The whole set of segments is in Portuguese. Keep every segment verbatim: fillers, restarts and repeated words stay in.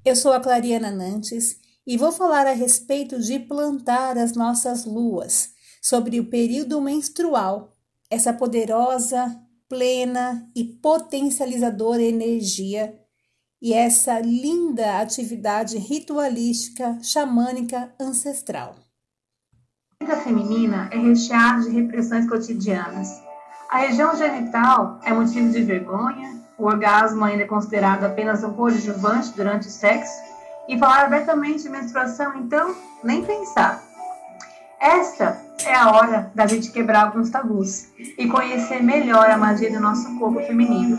Eu sou a Clariana Nantes e vou falar a respeito de plantar as nossas luas, sobre o período menstrual, essa poderosa, plena e potencializadora energia e essa linda atividade ritualística, xamânica, ancestral. A energia feminina é recheada de repressões cotidianas. A região genital é motivo de vergonha, o orgasmo ainda é considerado apenas um coadjuvante durante o sexo, e falar abertamente de menstruação, então, nem pensar. Esta é a hora da gente quebrar alguns tabus e conhecer melhor a magia do nosso corpo feminino.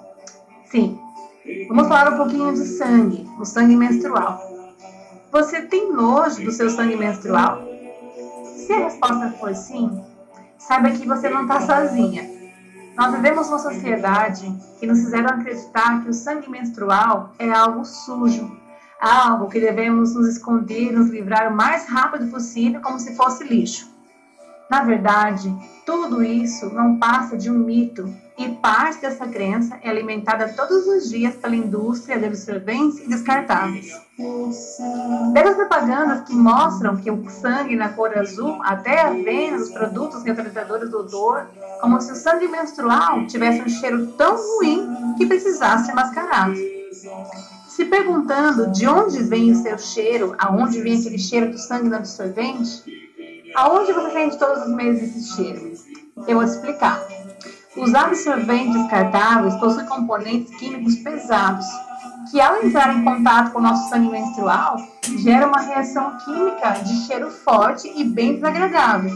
Sim, vamos falar um pouquinho de sangue, o sangue menstrual. Você tem nojo do seu sangue menstrual? Se a resposta for sim, saiba que você não está sozinha. Nós vivemos uma sociedade que nos fizeram acreditar que o sangue menstrual é algo sujo, algo que devemos nos esconder, nos livrar o mais rápido possível, como se fosse lixo. Na verdade, tudo isso não passa de um mito, e parte dessa crença é alimentada todos os dias pela indústria de absorventes e descartáveis. Pelas propagandas que mostram que o sangue na cor azul até a venda dos produtos neutralizadores do odor, como se o sangue menstrual tivesse um cheiro tão ruim que precisasse ser mascarado. Se perguntando de onde vem o seu cheiro, aonde vem aquele cheiro do sangue no absorvente, aonde você sente todos os meses esse cheiro? Eu vou explicar. Os absorventes descartáveis possuem componentes químicos pesados, que ao entrar em contato com o nosso sangue menstrual, gera uma reação química de cheiro forte e bem desagradável.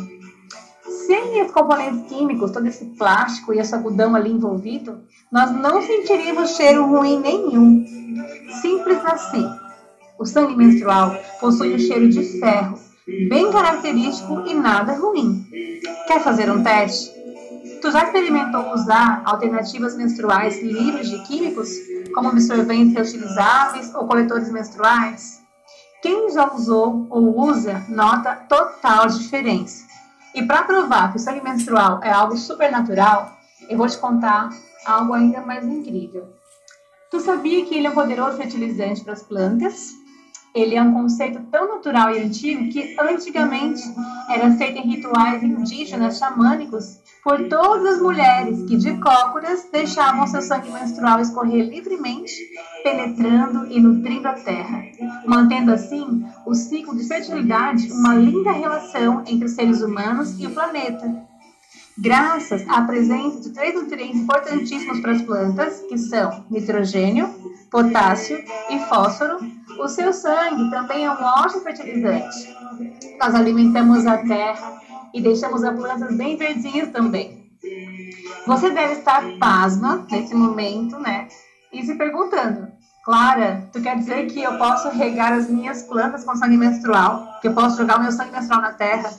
Sem os componentes químicos, todo esse plástico e esse algodão ali envolvido, nós não sentiríamos cheiro ruim nenhum. Simples assim. O sangue menstrual possui um cheiro de ferro, bem característico e nada ruim. Quer fazer um teste? Tu já experimentou usar alternativas menstruais livres de químicos, como absorventes reutilizáveis ou coletores menstruais? Quem já usou ou usa nota total diferença. E para provar que o sangue menstrual é algo supernatural, eu vou te contar algo ainda mais incrível. Tu sabia que ele é um poderoso fertilizante para as plantas? Ele é um conceito tão natural e antigo que antigamente era aceito em rituais indígenas xamânicos por todas as mulheres que de cócoras deixavam seu sangue menstrual escorrer livremente, penetrando e nutrindo a terra, mantendo assim o ciclo de fertilidade, uma linda relação entre os seres humanos e o planeta. Graças à presença de três nutrientes importantíssimos para as plantas, que são nitrogênio, potássio e fósforo, o seu sangue também é um ótimo fertilizante. Nós alimentamos a terra e deixamos as plantas bem verdinhas também. Você deve estar pasma nesse momento, né? E se perguntando, Clara, tu quer dizer que eu posso regar as minhas plantas com sangue menstrual? Que eu posso jogar o meu sangue menstrual na terra?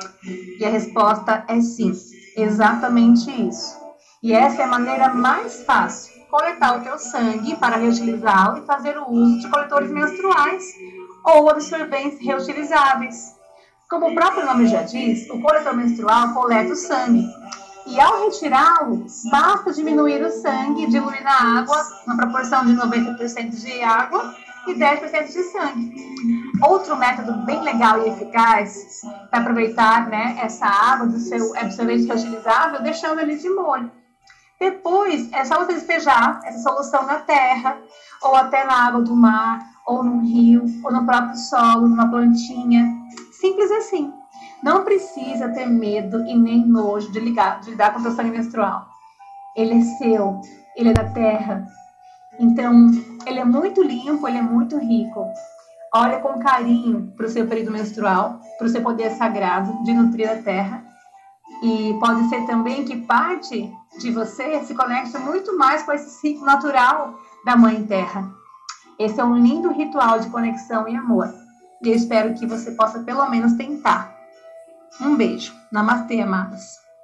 E a resposta é sim, exatamente isso. E essa é a maneira mais fácil: coletar o teu sangue para reutilizá-lo e fazer o uso de coletores menstruais ou absorventes reutilizáveis. Como o próprio nome já diz, o coletor menstrual coleta o sangue. E ao retirá-lo, basta diminuir o sangue e diluir na água, na proporção de noventa por cento de água e dez por cento de sangue. Outro método bem legal e eficaz para aproveitar, né, essa água do seu absorvente reutilizável, deixando ele de molho. Depois, é só você despejar essa solução na terra, ou até na água do mar, ou num rio, ou no próprio solo, numa plantinha. Simples assim. Não precisa ter medo e nem nojo de, ligar, de lidar com o seu sangue menstrual. Ele é seu, ele é da terra. Então, ele é muito limpo, ele é muito rico. Olha com carinho para o seu período menstrual, para o seu poder sagrado de nutrir a terra. E pode ser também que parte de você se conecte muito mais com esse ciclo natural da Mãe Terra. Esse é um lindo ritual de conexão e amor. E eu espero que você possa pelo menos tentar. Um beijo. Namastê, amadas.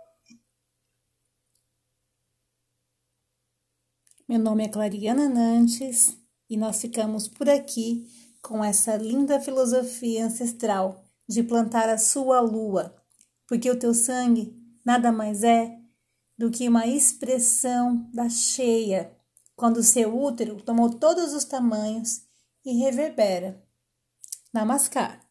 Meu nome é Clariana Nantes e nós ficamos por aqui com essa linda filosofia ancestral de plantar a sua lua, porque o teu sangue nada mais é do que uma expressão da cheia, quando o seu útero tomou todos os tamanhos e reverbera. Namaskar.